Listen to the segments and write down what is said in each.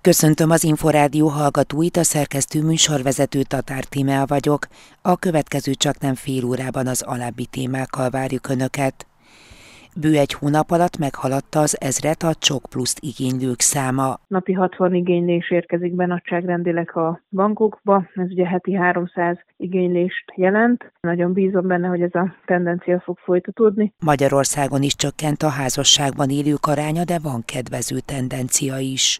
Köszöntöm az Inforádió hallgatóit, a szerkesztő műsorvezető Tatár Tímea vagyok. A következő csaknem fél órában az alábbi témákkal várjuk Önöket. Bő egy hónap alatt meghaladta az 1000-et a Csok Pluszt igénylők száma. Napi 60 igénylés érkezik be nagyságrendileg a bankokba, ez ugye heti 300 igénylést jelent. Nagyon bízom benne, hogy ez a tendencia fog folytatódni. Magyarországon is csökkent a házasságban élők aránya, de van kedvező tendencia is.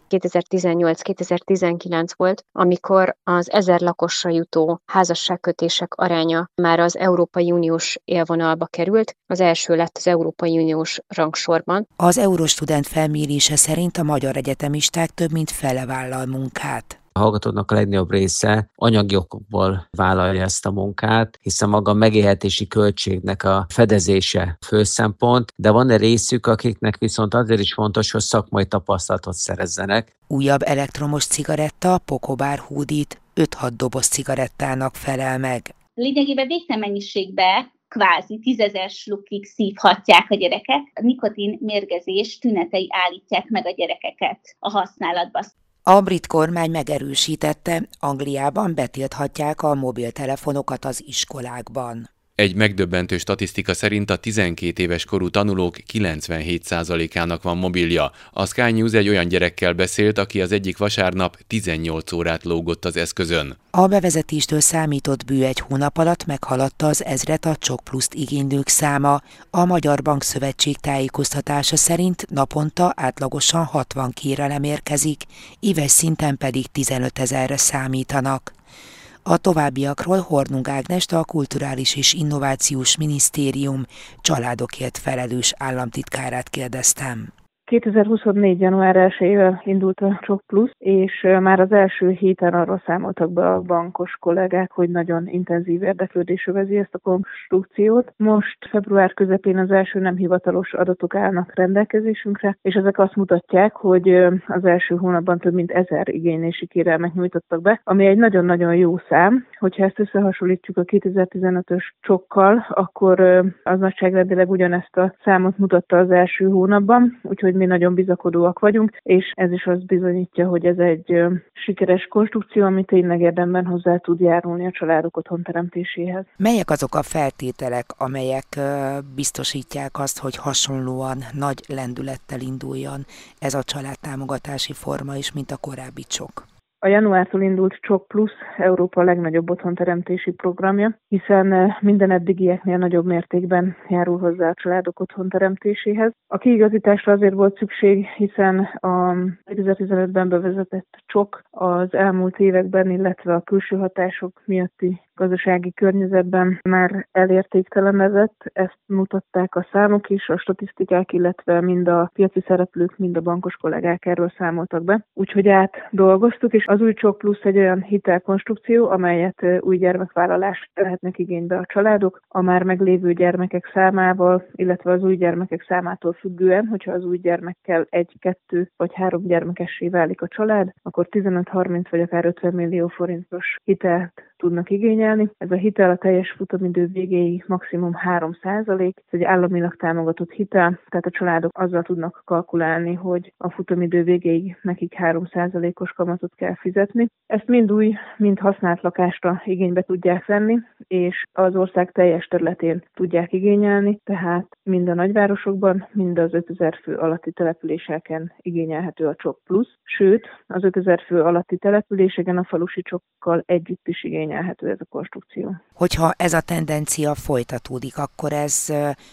2018-2019 volt, amikor az 1000 lakosra jutó házasságkötések aránya már az Európai Uniós élvonalba került, az első lett az Európai Uniós rangsorban. Az Eurostudent felmérése szerint a magyar egyetemisták több mint fele vállal munkát. A hallgatóknak a legnagyobb része anyagi okokból vállalja ezt a munkát, hiszen maga a megélhetési költségnek a fedezése fő szempont, de van egy részük, akiknek viszont azért is fontos, hogy szakmai tapasztalatot szerezzenek. Újabb elektromos cigaretta Pokobár hódít 5-6 doboz cigarettának felel meg. Lényegében végtelen mennyiségben kvázi 10.000 slukig szívhatják a gyerekek. A nikotin mérgezés tünetei állítják meg a gyerekeket a használatba. A brit kormány megerősítette, Angliában betilthatják a mobiltelefonokat az iskolákban. Egy megdöbbentő statisztika szerint a 12 éves korú tanulók 97%-ának van mobilja. A Sky News egy olyan gyerekkel beszélt, aki az egyik vasárnap 18 órát lógott az eszközön. A bevezetéstől számított bő egy hónap alatt meghaladta az 1000-et a Csok Pluszt igénylők száma. A Magyar Bankszövetség tájékoztatása szerint naponta átlagosan 60 kérelem érkezik, éves szinten pedig 15 000-re számítanak. A továbbiakról Hornung Ágnest, a Kulturális és Innovációs Minisztérium családokért felelős államtitkárát kérdeztem. 2024. január 1-ével indult a Csok Plusz, és már az első héten arról számoltak be a bankos kollégák, hogy nagyon intenzív érdeklődés övezi ezt a konstrukciót. Most február közepén az első nem hivatalos adatok állnak rendelkezésünkre, és ezek azt mutatják, hogy az első hónapban több mint 1000 igénylési kérelmet nyújtottak be, ami egy nagyon-nagyon jó szám. Hogyha ezt összehasonlítjuk a 2015-ös csokkal, akkor az nagyságrendileg ugyanezt a számot mutatta az első hónapban, úgyhogy mi nagyon bizakodóak vagyunk, és ez is azt bizonyítja, hogy ez egy sikeres konstrukció, ami tényleg érdemben hozzá tud járulni a családok otthonteremtéséhez. Melyek azok a feltételek, amelyek biztosítják azt, hogy hasonlóan nagy lendülettel induljon ez a családtámogatási forma is, mint a korábbi Csok? A januártól indult Csok Plusz Európa legnagyobb otthonteremtési programja, hiszen minden eddigieknél nagyobb mértékben járul hozzá a családok otthonteremtéséhez. A kiigazításra azért volt szükség, hiszen a 2015-ben bevezetett Csok az elmúlt években, illetve a külső hatások miatti gazdasági környezetben már elértéktelenedett, ezt mutatták a számok is, a statisztikák, illetve mind a piaci szereplők, mind a bankos kollégák erről számoltak be. Úgyhogy átdolgoztuk, és az új Csok Plusz egy olyan hitelkonstrukció, amelyet új gyermekvállalásra vehetnek igénybe a családok, a már meglévő gyermekek számával, illetve az új gyermekek számától függően, hogyha az új gyermekkel 1, 2 vagy 3 gyermekessé válik a család, akkor 15-30 vagy akár 50 millió forintos hitelt tudnak igényelni. Ez a hitel a teljes futamidő végéig maximum 3%, ez egy államilag támogatott hitel, tehát a családok azzal tudnak kalkulálni, hogy a futamidő végéig nekik 3%-os kamatot kell fizetni. Ezt mind új, mind használt lakásra igénybe tudják venni, és az ország teljes területén tudják igényelni, tehát mind a nagyvárosokban, mind az 5000 fő alatti településeken igényelhető a Csok Plusz, sőt, az 5000 fő alatti településeken a falusi Csokkal együtt is igényelhető ez a konstrukció. Hogyha ez a tendencia folytatódik, akkor ez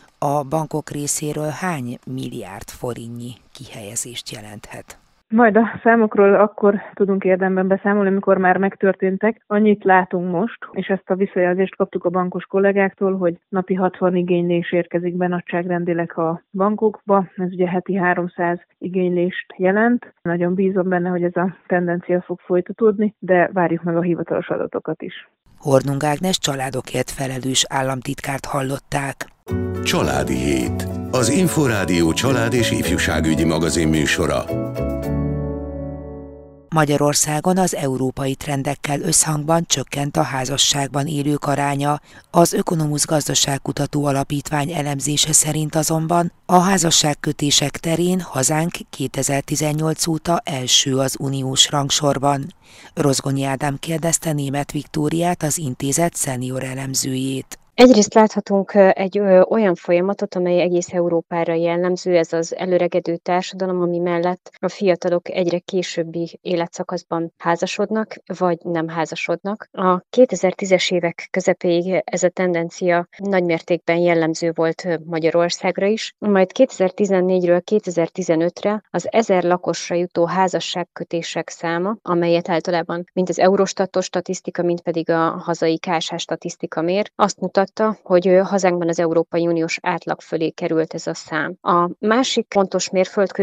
a bankok részéről hány milliárd forintnyi kihelyezést jelenthet? Majd a számokról akkor tudunk érdemben beszámolni, amikor már megtörténtek. Annyit látunk most, és ezt a visszajelzést kaptuk a bankos kollégáktól, hogy napi 60 igénylés érkezik be nagyságrendileg a bankokba. Ez ugye heti 300 igénylést jelent. Nagyon bízom benne, hogy ez a tendencia fog folytatódni, de várjuk meg a hivatalos adatokat is. Hornung Ágnes családokért felelős államtitkárt hallották. Családi Hét. Az Inforádió család és ifjúságügyi magazin műsora. Magyarországon az európai trendekkel összhangban csökkent a házasságban élők aránya. Az Ökonomusz Gazdaságkutató Alapítvány elemzése szerint azonban a házasságkötések terén hazánk 2018 óta első az uniós rangsorban. Rozgonyi Ádám kérdezte Németh Viktóriát, az intézet szenior elemzőjét. Egyrészt láthatunk egy olyan folyamatot, amely egész Európára jellemző, ez az előregedő társadalom, ami mellett a fiatalok egyre későbbi életszakaszban házasodnak, vagy nem házasodnak. A 2010-es évek közepéig ez a tendencia nagymértékben jellemző volt Magyarországra is, majd 2014-ről 2015-re az 1000 lakosra jutó házasságkötések száma, amelyet általában mind az Eurostatos statisztika, mind pedig a hazai KSH statisztika mér, azt mutat, hogy hazánkban az Európai Uniós átlag fölé került ez a szám. A másik fontos mérföldkő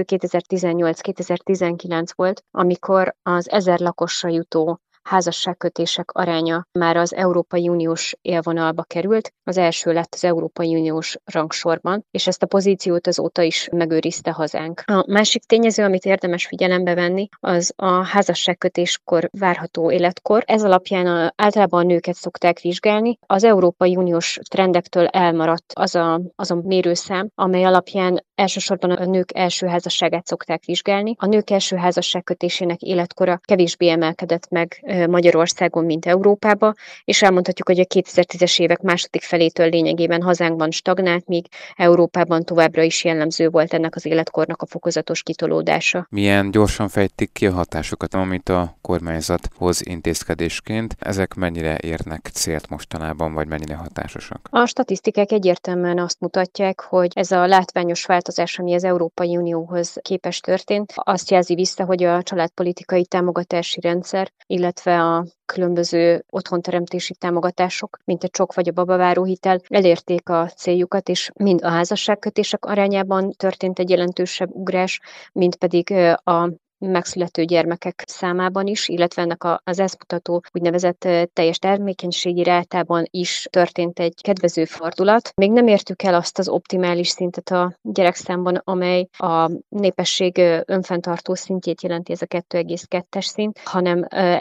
2018-2019 volt, amikor az 1000 lakosra jutó házasságkötések aránya már az Európai Uniós élvonalba került, az első lett az Európai Uniós rangsorban, és ezt a pozíciót azóta is megőrizte hazánk. A másik tényező, amit érdemes figyelembe venni, az a házasságkötéskor várható életkor. Ez alapján általában a nőket szokták vizsgálni. Az Európai Uniós trendektől elmaradt az a mérőszám, amely alapján elsősorban a nők első házasságát szokták vizsgálni. A nők első házasságkötésének életkora kevésbé emelkedett meg Magyarországon, mint Európában, és elmondhatjuk, hogy a 2010-es évek második felétől lényegében hazánkban stagnált, míg Európában továbbra is jellemző volt ennek az életkornak a fokozatos kitolódása. Milyen gyorsan fejtik ki a hatásokat, amit a kormányzat hoz intézkedésként? Ezek mennyire érnek célt mostanában, vagy mennyire hatásosak? A statisztikák egyértelműen azt mutatják, hogy ez a látványos változás, ami az Európai Unióhoz képest történt, azt jelzi vissza, hogy a családpolitikai támogatási rendszer, illetve a különböző otthonteremtési támogatások, mint a csok vagy a babaváróhitel elérték a céljukat, és mind a házasságkötések arányában történt egy jelentősebb ugrás, mind pedig a megszülető gyermekek számában is, illetve ennek az ezt mutató úgynevezett teljes termékenységi rátában is történt egy kedvező fordulat. Még nem értük el azt az optimális szintet a gyerekszámban, amely a népesség önfenntartó szintjét jelenti, ez a 2,2-es szint, hanem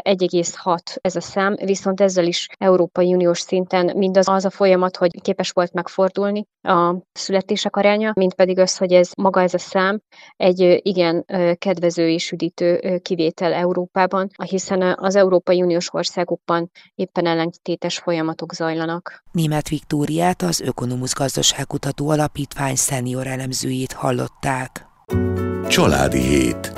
1,6 ez a szám, viszont ezzel is Európai Uniós szinten mindaz az a folyamat, hogy képes volt megfordulni a születések aránya, mint pedig az, hogy ez a szám egy igen kedvező és üdítő kivétel Európában, hiszen az Európai Uniós országokban éppen ellentétes folyamatok zajlanak. Németh Viktóriát, az Ökonomusz Gazdaságkutató Alapítvány szenior elemzőjét hallották. Családi hét.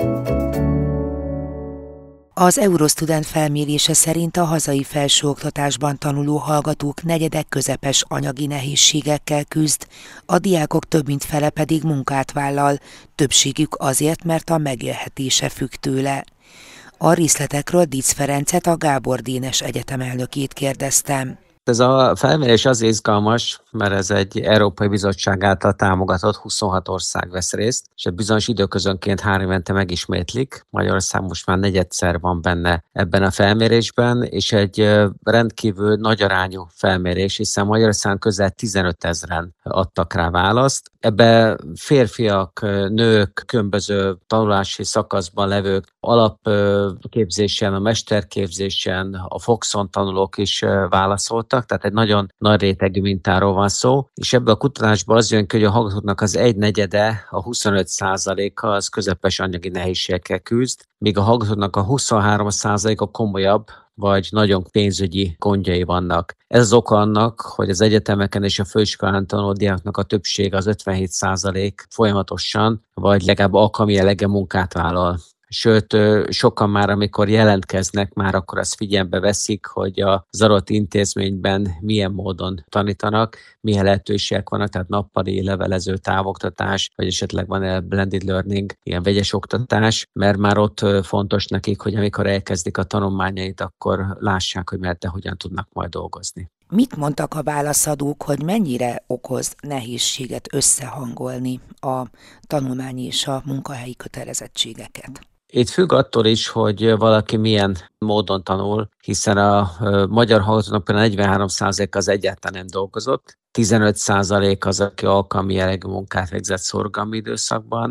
Az Eurostudent felmérése szerint a hazai felsőoktatásban tanuló hallgatók negyede közepes anyagi nehézségekkel küzd, a diákok több mint fele pedig munkát vállal, többségük azért, mert a megélhetése függ tőle. A részletekről Dietz Ferencet, a Gábor Dénes Egyetem elnökét kérdeztem. Ez a felmérés az izgalmas, mert ez egy Európai Bizottság által támogatott, 26 ország vesz részt, és egy bizonyos időközönként 3 évente megismétlik. Magyarország most már negyedszer van benne ebben a felmérésben, és egy rendkívül nagy arányú felmérés, hiszen Magyarországon közel 15 000-en adtak rá választ. Ebbe férfiak, nők, különböző tanulási szakaszban levők, alapképzésen, a mesterképzésen, a Foxon tanulók is válaszoltak, tehát egy nagyon nagy rétegű mintáról van szó, és ebből a kutatásból az jön ki, hogy a hallgatóknak az 1/4, a 25%-a az közepes anyagi nehézségekkel küzd, míg a hallgatóknak a 23%-a komolyabb vagy nagyon pénzügyi gondjai vannak. Ez az oka annak, hogy az egyetemeken és a főiskolán tanuló diáknak a többsége, az 57% folyamatosan, vagy legalább alkalmi jellege munkát vállal. Sőt, sokan már, amikor jelentkeznek, már akkor azt figyelembe veszik, hogy az adott intézményben milyen módon tanítanak, milyen lehetőségek vannak, tehát nappali, levelező távoktatás, vagy esetleg van blended learning, ilyen vegyes oktatás, mert már ott fontos nekik, hogy amikor elkezdik a tanulmányait, akkor lássák, hogy mellette hogyan tudnak majd dolgozni. Mit mondtak a válaszadók, hogy mennyire okoz nehézséget összehangolni a tanulmányi és a munkahelyi kötelezettségeket? Itt függ attól is, hogy valaki milyen módon tanul, hiszen a magyar hallgatóknak például 43% az egyáltalán nem dolgozott, 15% az, aki alkalmi jellegű munkát végzett szorgalmi időszakban,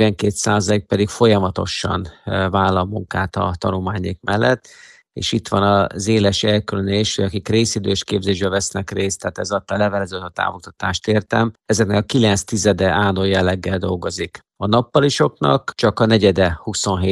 42% pedig folyamatosan vállal munkát a tanulmányok mellett, és itt van az éles elkülönés, akik részidős képzésbe vesznek részt, tehát ez a levelező a távoktatást értem, ezeknek a 9/10 álló jelleggel dolgozik. A nappalisoknak csak a negyede,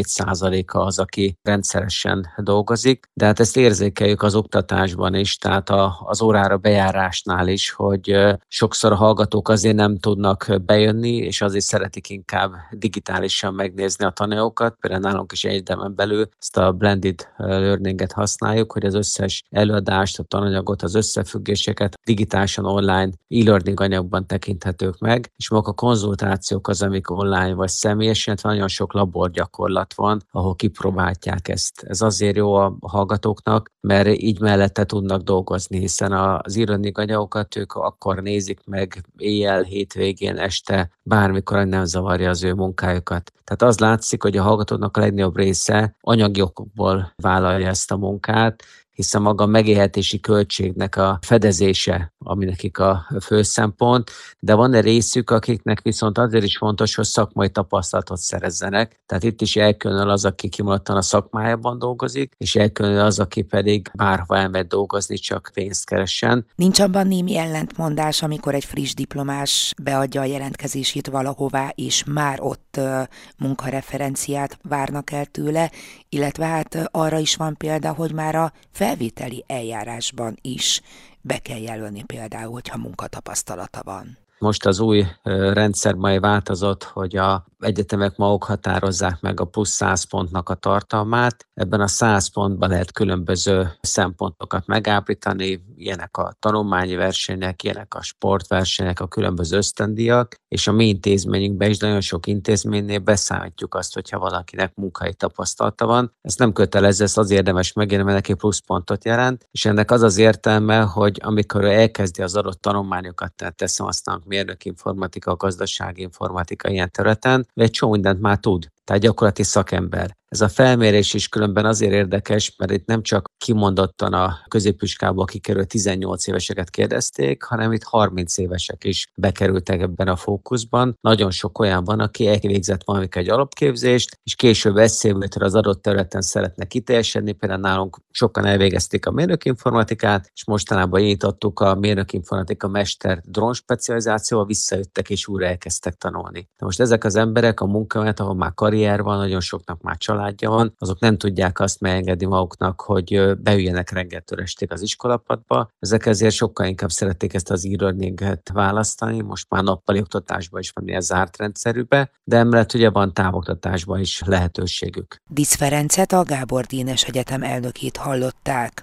27%-a az, aki rendszeresen dolgozik, de hát ezt érzékeljük az oktatásban is, tehát az órára bejárásnál is, hogy sokszor a hallgatók azért nem tudnak bejönni, és azért szeretik inkább digitálisan megnézni a tananyagokat. Például nálunk is egyetemen belül ezt a blended learninget használjuk, hogy az összes előadást, a tananyagot, az összefüggéseket digitálisan online e-learning anyagban tekinthetők meg, és maguk a konzultációk az, amik online vagy személyesen, nagyon sok laborgyakorlat van, ahol kipróbálják ezt. Ez azért jó a hallgatóknak, mert így mellette tudnak dolgozni, hiszen az e-learning anyagokat ők akkor nézik meg éjjel, hétvégén, este, bármikor nem zavarja az ő munkájukat. Tehát az látszik, hogy a hallgatóknak a legnagyobb része anyagi okokból vállalja ezt a munkát, hiszen maga a megélhetési költségnek a fedezése, ami nekik a fő szempont, de van egy részük, akiknek viszont azért is fontos, hogy szakmai tapasztalatot szerezzenek. Tehát itt is elkülönül az, aki kimondottan a szakmájában dolgozik, és elkülönül az, aki pedig bárhova elmegy dolgozni, csak pénzt keressen. Nincs abban némi ellentmondás, amikor egy friss diplomás beadja a jelentkezését valahová, és már ott munkareferenciát várnak el tőle, illetve hát arra is van példa, hogy már a felvételi eljárásban is be kell jelölni például, hogyha munkatapasztalata van. Most az új rendszer majd változott, hogy a egyetemek maguk határozzák meg a plusz 100 pontnak a tartalmát. Ebben a 100 pontban lehet különböző szempontokat megállapítani, ilyenek a tanulmányi versenyek, ilyenek a sportversenyek, a különböző ösztöndíjak, és a mi intézményünkben is nagyon sok intézménynél beszámítjuk azt, hogyha valakinek munkai tapasztalata van. Ez nem kötelező, ez az érdemes megírni, mert neki pluszpontot jelent, és ennek az az értelme, hogy amikor elkezdi az adott tanulmányokat, tehát teszem aztán mérnöki informatika, gazdasági informatika ilyen területen, egy csomó mindent már tud. Tehát gyakorlati szakember. Ez a felmérés is különben azért érdekes, mert itt nem csak kimondottan a középiskába kikerült 18 éveseket kérdezték, hanem itt 30 évesek is bekerültek ebben a fókuszban. Nagyon sok olyan van, aki elvégzett valamikor egy alapképzést, és később eszébe az adott területen szeretne kiteljesedni. Például nálunk sokan elvégezték a mérnökinformatikát, és mostanában nyitottuk a mérnökinformatika mester drón specializációval, visszajöttek és újra elkezdtek tanulni. De most ezek az emberek a munkahelyet, ahol már karrier van, nagyon soknak már családja van, azok nem tudják azt megengedni maguknak, hogy beüljenek reggeltől estig az iskolapadba. Ezek ezért sokkal inkább szerették ezt az e-learninget választani, most már nappali oktatásban is van ilyen zárt rendszerűbe, de emellett ugye van távoktatásban is lehetőségük. Disz Ferencet, a Gábor Dénes Egyetem elnökét hallották.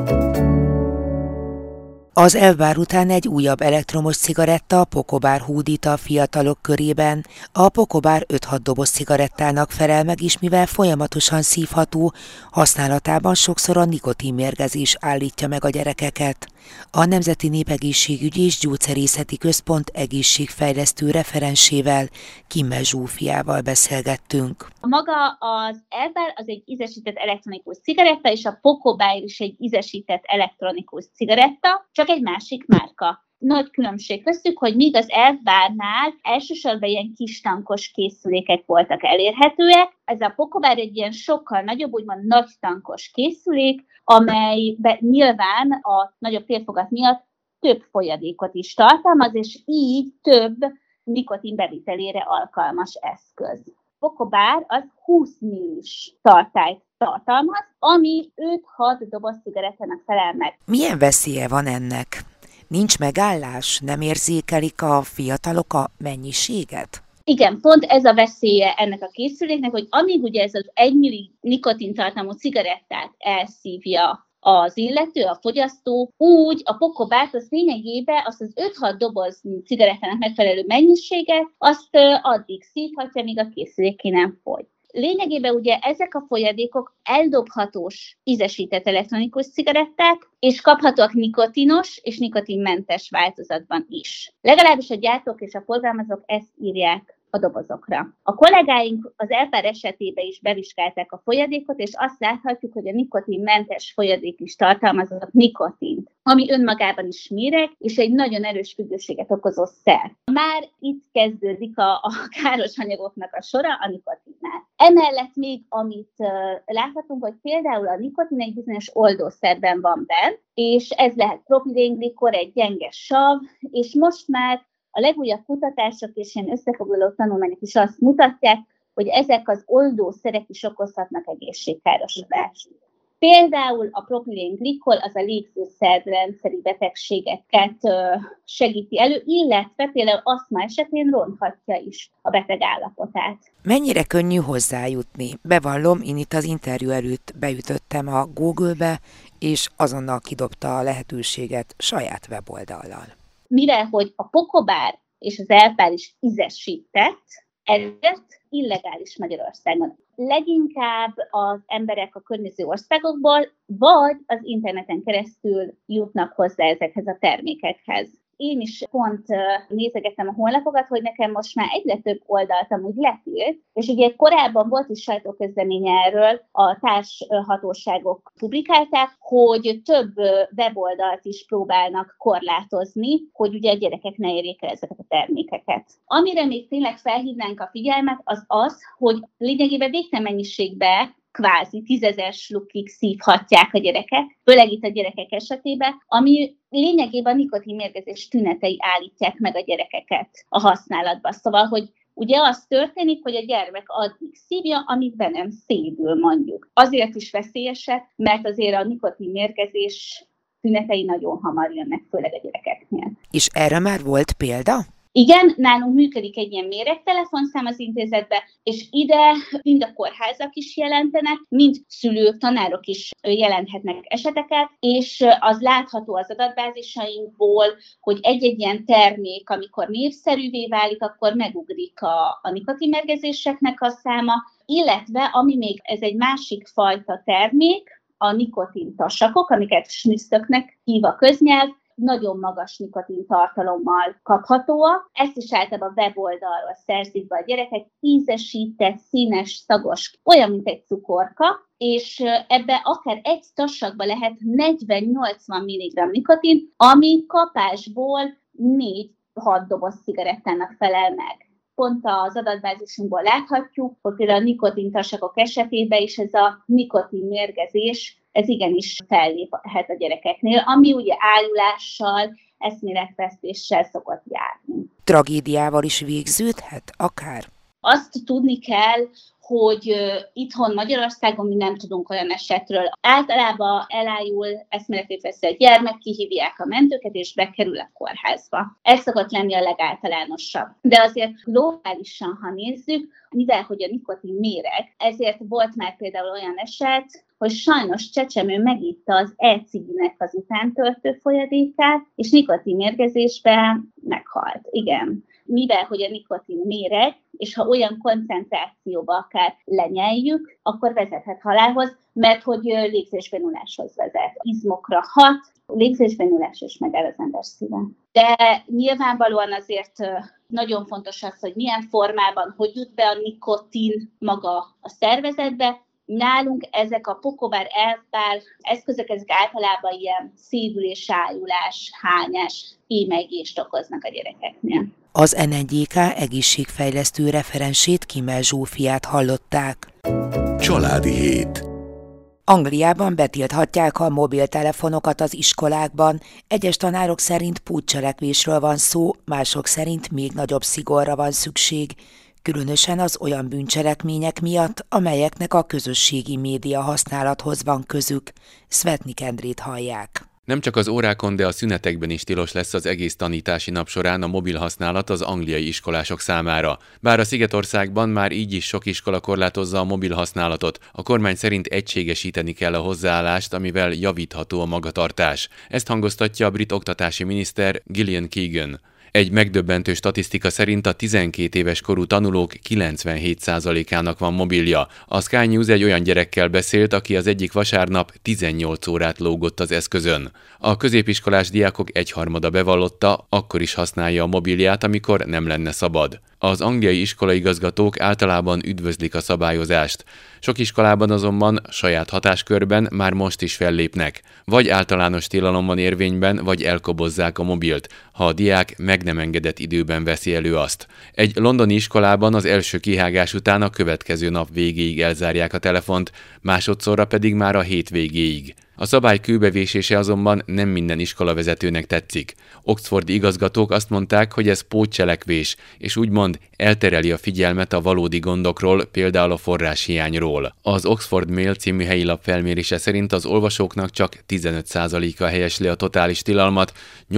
Az elvár után egy újabb elektromos cigaretta, a Pokobár hódít a fiatalok körében. A Pokobár 5-6 doboz cigarettának felel meg is, mivel folyamatosan szívható, használatában sokszor a nikotinmérgezés állítja meg a gyerekeket. A Nemzeti Népegészségügyi és Gyógyszerészeti Központ egészségfejlesztő referensével, Kimmel Zsófiával beszélgettünk. Maga az elvár az egy ízesített elektronikus cigaretta, és a Pokobár is egy ízesített elektronikus cigaretta, csak egy másik márka. Nagy különbség köztük, hogy míg az elvárnál elsősorban ilyen kis tankos készülékek voltak elérhetőek, ez a Pokobár egy ilyen sokkal nagyobb, úgymond nagy tankos készülék, amelyben nyilván a nagyobb térfogat miatt több folyadékot is tartalmaz, és így több nikotin bevitelére alkalmas eszköz. Pokobár az 20 millis tartályt tartalmaz, ami 5-6 doboz cigarettának felel meg. Milyen veszélye van ennek? Nincs megállás? Nem érzékelik a fiatalok a mennyiséget? Igen, pont ez a veszélye ennek a készüléknek, hogy amíg ugye ez az 1 milli nikotintartalmú cigarettát elszívja az illető, a fogyasztó, úgy a Pokobárt az lényegében azt az 5-6 doboz cigarettának megfelelő mennyiséget, azt addig szívhatja, míg a készülék ki nem fogy. Lényegében ugye ezek a folyadékok eldobhatós ízesített elektronikus cigaretták, és kaphatóak nikotinos és nikotinmentes változatban is. Legalábbis a gyártók és a forgalmazók ezt írják a dobozokra. A kollégáink az elpár esetében is bevizsgálták a folyadékot, és azt láthatjuk, hogy a nikotinmentes folyadék is tartalmazott nikotint, ami önmagában is méreg, és egy nagyon erős függőséget okozó szer. Már itt kezdődik a káros anyagoknak a sora a nikotinnál. Emellett még, amit láthatunk, hogy például a nikotin egy bizonyos oldószerben van benne, és ez lehet propilenglikor, egy gyenge sav, és most már a legújabb kutatások és ilyen összefoglaló tanulmányok is azt mutatják, hogy ezek az oldószerek is okozhatnak egészségkárosodást. Például a propilenglikol az a légzőszervrendszeri betegségeket segíti elő, illetve például asztma esetén ronthatja is a beteg állapotát. Mennyire könnyű hozzájutni? Bevallom, én itt az interjú előtt beütöttem a Google-be, és azonnal kidobta a lehetőséget saját weboldallal. Mivel, hogy a pokobár és az elpár is ízesített, ezért illegális Magyarországon. Leginkább az emberek a környező országokból, vagy az interneten keresztül jutnak hozzá ezekhez a termékekhez. Én is pont nézegettem a honlapokat, hogy nekem most már egyre több oldalt amúgy letilt, és ugye korábban volt is sajtóközlemény erről, a társhatóságok publikálták, hogy több weboldalt is próbálnak korlátozni, hogy ugye a gyerekek ne érjék el ezeket a termékeket. Amire még tényleg felhívnánk a figyelmet, az az, hogy lényegében végtelen mennyiségben kvázi 10 000 slukig szívhatják a gyerekek, főleg itt a gyerekek esetében, ami lényegében a nikotinmérgezés tünetei állítják meg a gyerekeket a használatban. Szóval, hogy ugye az történik, hogy a gyermek addig szívja, amíg be nem szédül, mondjuk. Azért is veszélyesek, mert azért a nikotinmérgezés tünetei nagyon hamar jönnek, főleg a gyerekeknél. És erre már volt példa? Igen, nálunk működik egy ilyen méregtelefonszám az intézetben, és ide mind a kórházak is jelentenek, mind szülők, tanárok is jelenthetnek eseteket, és az látható az adatbázisainkból, hogy egy-egy ilyen termék, amikor népszerűvé válik, akkor megugrik a nikotinmérgezéseknek a száma, illetve ami még ez egy másik fajta termék, a nikotintasakok, amiket snüsztöknek hív a köznyelv, nagyon magas nikotintartalommal kaphatóak. Ezt is általában a weboldalról szerzik be a gyerekek, ízesített, színes, szagos, olyan, mint egy cukorka, és ebbe akár egy tasakba lehet 40-80 mg nikotin, ami kapásból 4-6 doboz cigarettának felel meg. Pont az adatbázisunkból láthatjuk, hogy például a nikotintasakok esetében is ez a nikotinmérgezés, ez igenis felléphet a gyerekeknél, ami ugye ájulással, eszméletvesztéssel szokott járni. Tragédiával is végződhet akár? Azt tudni kell, hogy itthon Magyarországon mi nem tudunk olyan esetről. Általában elájul eszméletvétvesztő gyermek, kihívják a mentőket, és bekerül a kórházba. Ez szokott lenni a legáltalánosabb. De azért globálisan, ha nézzük, mivel hogy a nikotin méreg, ezért volt már például olyan eset, hogy sajnos csecsemő megitta az e-ciginek az utántöltő folyadékát, és nikotinmérgezésben meghalt. Igen. Mivel hogy a nikotin méreg, és ha olyan koncentrációba akár lenyeljük, akkor vezethet halálhoz, mert hogy légzésbénuláshoz vezet. Izmokra hat, légzésbénulás és megáll az ember szíve. De nyilvánvalóan azért nagyon fontos az, hogy milyen formában, hogy jut be a nikotin maga a szervezetbe. Nálunk ezek a pokobár, elpár eszközök, ezek általában ilyen szédülés, ájulás, hányás, émegést okoznak a gyerekeknél. Az NNJK egészségfejlesztő referensét, Kimmel Zsófiát hallották. Családi hét. Angliában betilthatják a mobiltelefonokat az iskolákban. Egyes tanárok szerint puccselekvésről van szó, mások szerint még nagyobb szigorra van szükség. Különösen az olyan bűncselekmények miatt, amelyeknek a közösségi média használathoz van közük. Svetnik Endrét hallják. Nem csak az órákon, de a szünetekben is tilos lesz az egész tanítási nap során a mobil használat az angliai iskolások számára. Bár a Szigetországban már így is sok iskola korlátozza a mobil használatot, a kormány szerint egységesíteni kell a hozzáállást, amivel javítható a magatartás. Ezt hangoztatja a brit oktatási miniszter Gillian Keegan. Egy megdöbbentő statisztika szerint a 12 éves korú tanulók 97%-ának van mobilja. A Sky News egy olyan gyerekkel beszélt, aki az egyik vasárnap 18 órát lógott az eszközön. A középiskolás diákok egyharmada bevallotta, akkor is használja a mobilját, amikor nem lenne szabad. Az angliai iskolaigazgatók általában üdvözlik a szabályozást. Sok iskolában azonban saját hatáskörben már most is fellépnek. Vagy általános tilalom van érvényben, vagy elkobozzák a mobilt, ha a diák meg nem engedett időben veszi elő azt. Egy londoni iskolában az első kihágás után a következő nap végéig elzárják a telefont, másodszorra pedig már a hét végéig. A szabály kőbevésése azonban nem minden iskolavezetőnek tetszik. Oxfordi igazgatók azt mondták, hogy ez pótcselekvés, és úgymond eltereli a figyelmet a valódi gondokról, például a forráshiányról. Az Oxford Mail című helyi lap felmérése szerint az olvasóknak csak 15%-a helyesli a totális tilalmat,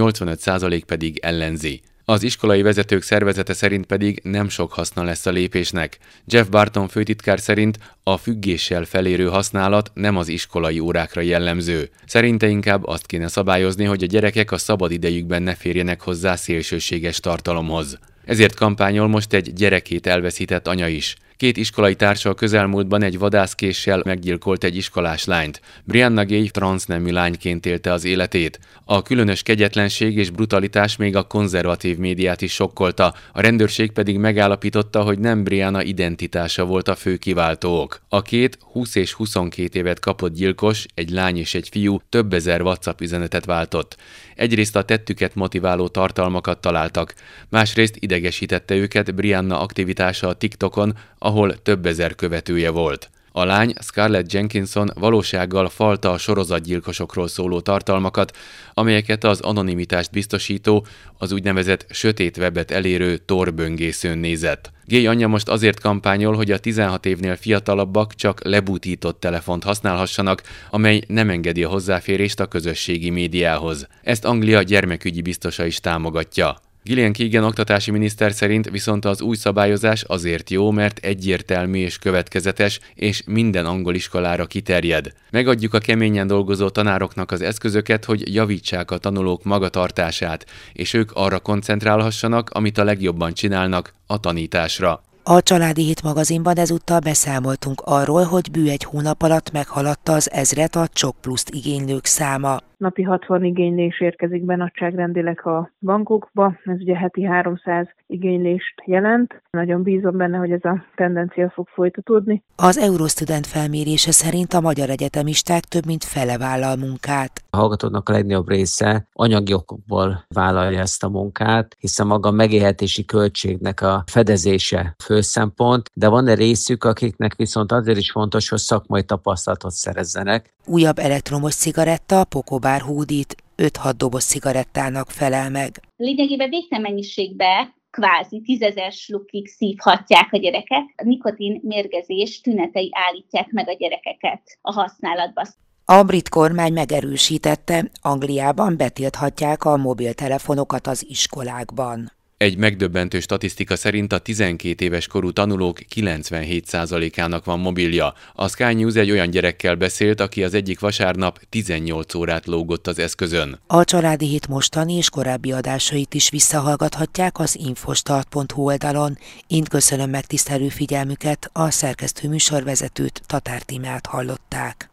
85% pedig ellenzi. Az iskolai vezetők szervezete szerint pedig nem sok haszna lesz a lépésnek. Jeff Barton főtitkár szerint a függéssel felérő használat nem az iskolai órákra jellemző. Szerinte inkább azt kéne szabályozni, hogy a gyerekek a szabad idejükben ne férjenek hozzá szélsőséges tartalomhoz. Ezért kampányol most egy gyerekét elveszített anya is. 2 iskolai társa a közelmúltban egy vadászkéssel meggyilkolt egy iskolás lányt. Brianna Gay transznemű lányként élte az életét. A különös kegyetlenség és brutalitás még a konzervatív médiát is sokkolta, a rendőrség pedig megállapította, hogy nem Brianna identitása volt a fő kiváltó ok. A 2 20 és 22 évet kapott gyilkos, egy lány és egy fiú több ezer WhatsApp üzenetet váltott. Egyrészt a tettüket motiváló tartalmakat találtak, másrészt idegesítette őket Brianna aktivitása a TikTokon, ahol több ezer követője volt. A lány, Scarlett Jenkinson valósággal falta a sorozatgyilkosokról szóló tartalmakat, amelyeket az anonimitást biztosító, az úgynevezett sötét webet elérő Tor böngészőn nézett. Gay anyja most azért kampányol, hogy a 16 évnél fiatalabbak csak lebutított telefont használhassanak, amely nem engedi a hozzáférést a közösségi médiához. Ezt Anglia gyermekügyi biztosa is támogatja. Gillian Keegan oktatási miniszter szerint viszont az új szabályozás azért jó, mert egyértelmű és következetes, és minden angol iskolára kiterjed. Megadjuk a keményen dolgozó tanároknak az eszközöket, hogy javítsák a tanulók magatartását, és ők arra koncentrálhassanak, amit a legjobban csinálnak, a tanításra. A Családi Hét magazinban ezúttal beszámoltunk arról, hogy bő egy hónap alatt meghaladta az 1000-et a Csok Pluszt igénylők száma. Napi 60 igénylés érkezik be nagyságrendileg a bankokba, ez ugye heti 300 igénylést jelent. Nagyon bízom benne, hogy ez a tendencia fog folytatódni. Az Eurostudent felmérése szerint a magyar egyetemisták több mint fele vállal munkát. A hallgatóknak a legnagyobb része anyagi okokból vállalja ezt a munkát, hiszen maga a megélhetési költségnek a fedezése fő szempont, de van egy részük, akiknek viszont azért is fontos, hogy szakmai tapasztalatot szerezzenek. Újabb elektromos cigaretta, Pokobár hódít 5-6 doboz cigarettának felel meg. Lényegében végtelen mennyiségben kvázi 10 000 slukig szívhatják a gyereket. A nikotin mérgezés tünetei állítják meg a gyerekeket a használatba. A brit kormány megerősítette, Angliában betilthatják a mobiltelefonokat az iskolákban. Egy megdöbbentő statisztika szerint a 12 éves korú tanulók 97%-ának van mobilja. A Sky News egy olyan gyerekkel beszélt, aki az egyik vasárnap 18 órát lógott az eszközön. A Családi Hét mostani és korábbi adásait is visszahallgathatják az infostart.hu oldalon. Én köszönöm megtisztelő figyelmüket, a szerkesztő műsorvezetőt, Tatár Tímeát hallották.